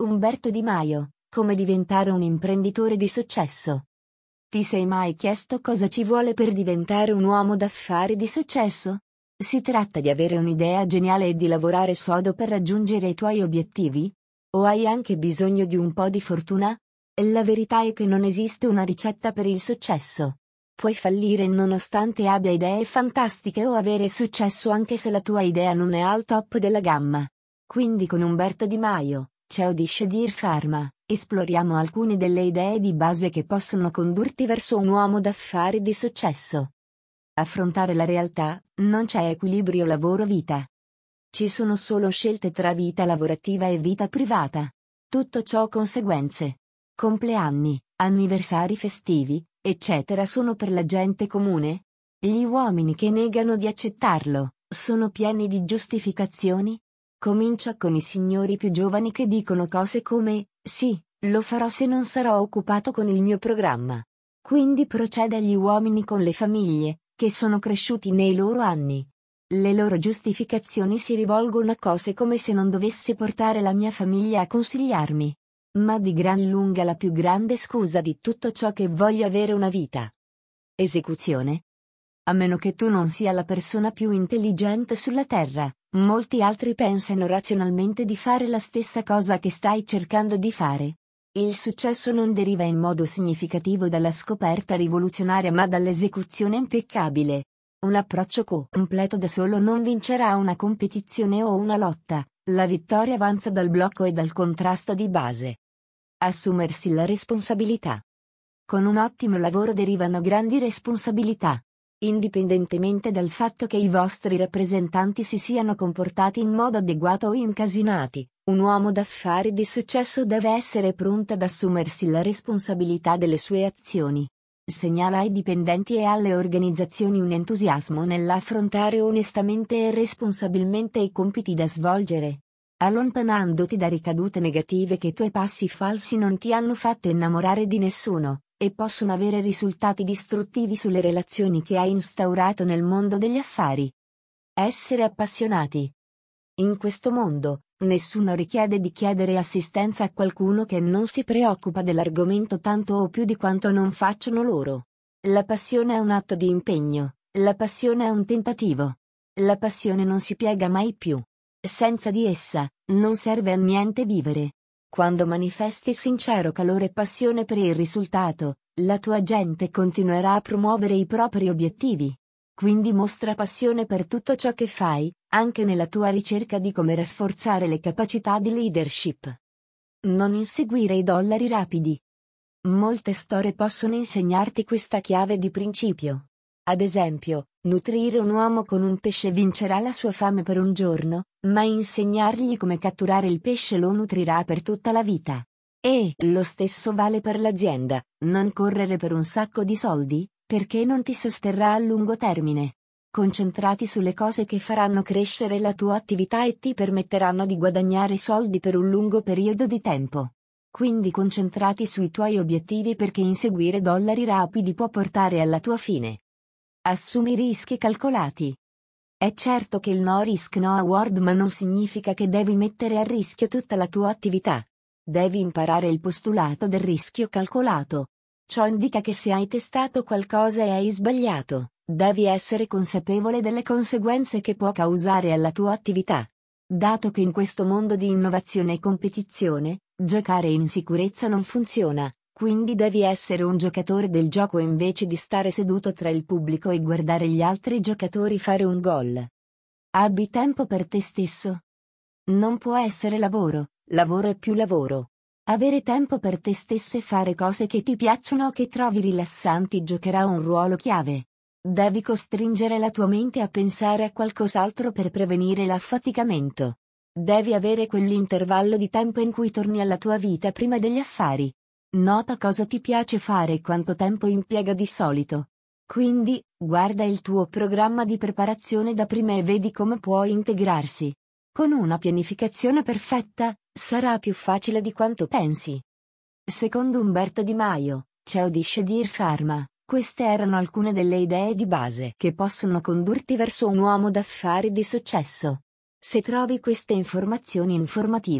Umberto Di Maio, come diventare un imprenditore di successo. Ti sei mai chiesto cosa ci vuole per diventare un uomo d'affari di successo? Si tratta di avere un'idea geniale e di lavorare sodo per raggiungere i tuoi obiettivi? O hai anche bisogno di un po' di fortuna? La verità è che non esiste una ricetta per il successo. Puoi fallire nonostante abbia idee fantastiche o avere successo anche se la tua idea non è al top della gamma. Quindi con Umberto Di Maio, CEO di Shadir Pharma, esploriamo alcune delle idee di base che possono condurti verso un uomo d'affari di successo. Affrontare la realtà, non c'è equilibrio lavoro-vita. Ci sono solo scelte tra vita lavorativa e vita privata. Tutto ciò ha conseguenze. Compleanni, anniversari festivi, eccetera sono per la gente comune? Gli uomini che negano di accettarlo, sono pieni di giustificazioni? Comincia con i signori più giovani che dicono cose come, sì, lo farò se non sarò occupato con il mio programma. Quindi procede agli uomini con le famiglie, che sono cresciuti nei loro anni. Le loro giustificazioni si rivolgono a cose come se non dovesse portare la mia famiglia a consigliarmi. Ma di gran lunga la più grande scusa di tutto ciò che voglio avere una vita. Esecuzione. A meno che tu non sia la persona più intelligente sulla Terra, molti altri pensano razionalmente di fare la stessa cosa che stai cercando di fare. Il successo non deriva in modo significativo dalla scoperta rivoluzionaria ma dall'esecuzione impeccabile. Un approccio completo da solo non vincerà una competizione o una lotta, la vittoria avanza dal blocco e dal contrasto di base. Assumersi la responsabilità. Con un ottimo lavoro derivano grandi responsabilità. Indipendentemente dal fatto che i vostri rappresentanti si siano comportati in modo adeguato o incasinati, un uomo d'affari di successo deve essere pronto ad assumersi la responsabilità delle sue azioni. Segnala ai dipendenti e alle organizzazioni un entusiasmo nell'affrontare onestamente e responsabilmente i compiti da svolgere, allontanandoti da ricadute negative che i tuoi passi falsi non ti hanno fatto innamorare di nessuno, e possono avere risultati distruttivi sulle relazioni che hai instaurato nel mondo degli affari. Essere appassionati. In questo mondo, nessuno richiede di chiedere assistenza a qualcuno che non si preoccupa dell'argomento tanto o più di quanto non facciano loro. La passione è un atto di impegno, la passione è un tentativo. La passione non si piega mai più. Senza di essa, non serve a niente vivere. Quando manifesti sincero calore e passione per il risultato, la tua gente continuerà a promuovere i propri obiettivi. Quindi mostra passione per tutto ciò che fai, anche nella tua ricerca di come rafforzare le capacità di leadership. Non inseguire i dollari rapidi. Molte storie possono insegnarti questa chiave di principio. Ad esempio, nutrire un uomo con un pesce vincerà la sua fame per un giorno, ma insegnargli come catturare il pesce lo nutrirà per tutta la vita. E lo stesso vale per l'azienda, non correre per un sacco di soldi, perché non ti sosterrà a lungo termine. Concentrati sulle cose che faranno crescere la tua attività e ti permetteranno di guadagnare soldi per un lungo periodo di tempo. Quindi concentrati sui tuoi obiettivi perché inseguire dollari rapidi può portare alla tua fine. Assumi rischi calcolati. È certo che il no risk no award ma non significa che devi mettere a rischio tutta la tua attività. Devi imparare il postulato del rischio calcolato. Ciò indica che se hai testato qualcosa e hai sbagliato, devi essere consapevole delle conseguenze che può causare alla tua attività. Dato che in questo mondo di innovazione e competizione, giocare in sicurezza non funziona, quindi devi essere un giocatore del gioco invece di stare seduto tra il pubblico e guardare gli altri giocatori fare un gol. Abbi tempo per te stesso. Non può essere lavoro, lavoro è più lavoro. Avere tempo per te stesso e fare cose che ti piacciono o che trovi rilassanti giocherà un ruolo chiave. Devi costringere la tua mente a pensare a qualcos'altro per prevenire l'affaticamento. Devi avere quell'intervallo di tempo in cui torni alla tua vita prima degli affari. Nota cosa ti piace fare e quanto tempo impiega di solito. Quindi, guarda il tuo programma di preparazione da prima e vedi come può integrarsi. Con una pianificazione perfetta, sarà più facile di quanto pensi. Secondo Umberto Di Maio, CEO di Shadir Pharma, queste erano alcune delle idee di base che possono condurti verso un uomo d'affari di successo. Se trovi queste informazioni informative,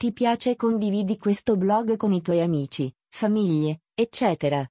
ti piace condividi questo blog con i tuoi amici, famiglie, eccetera.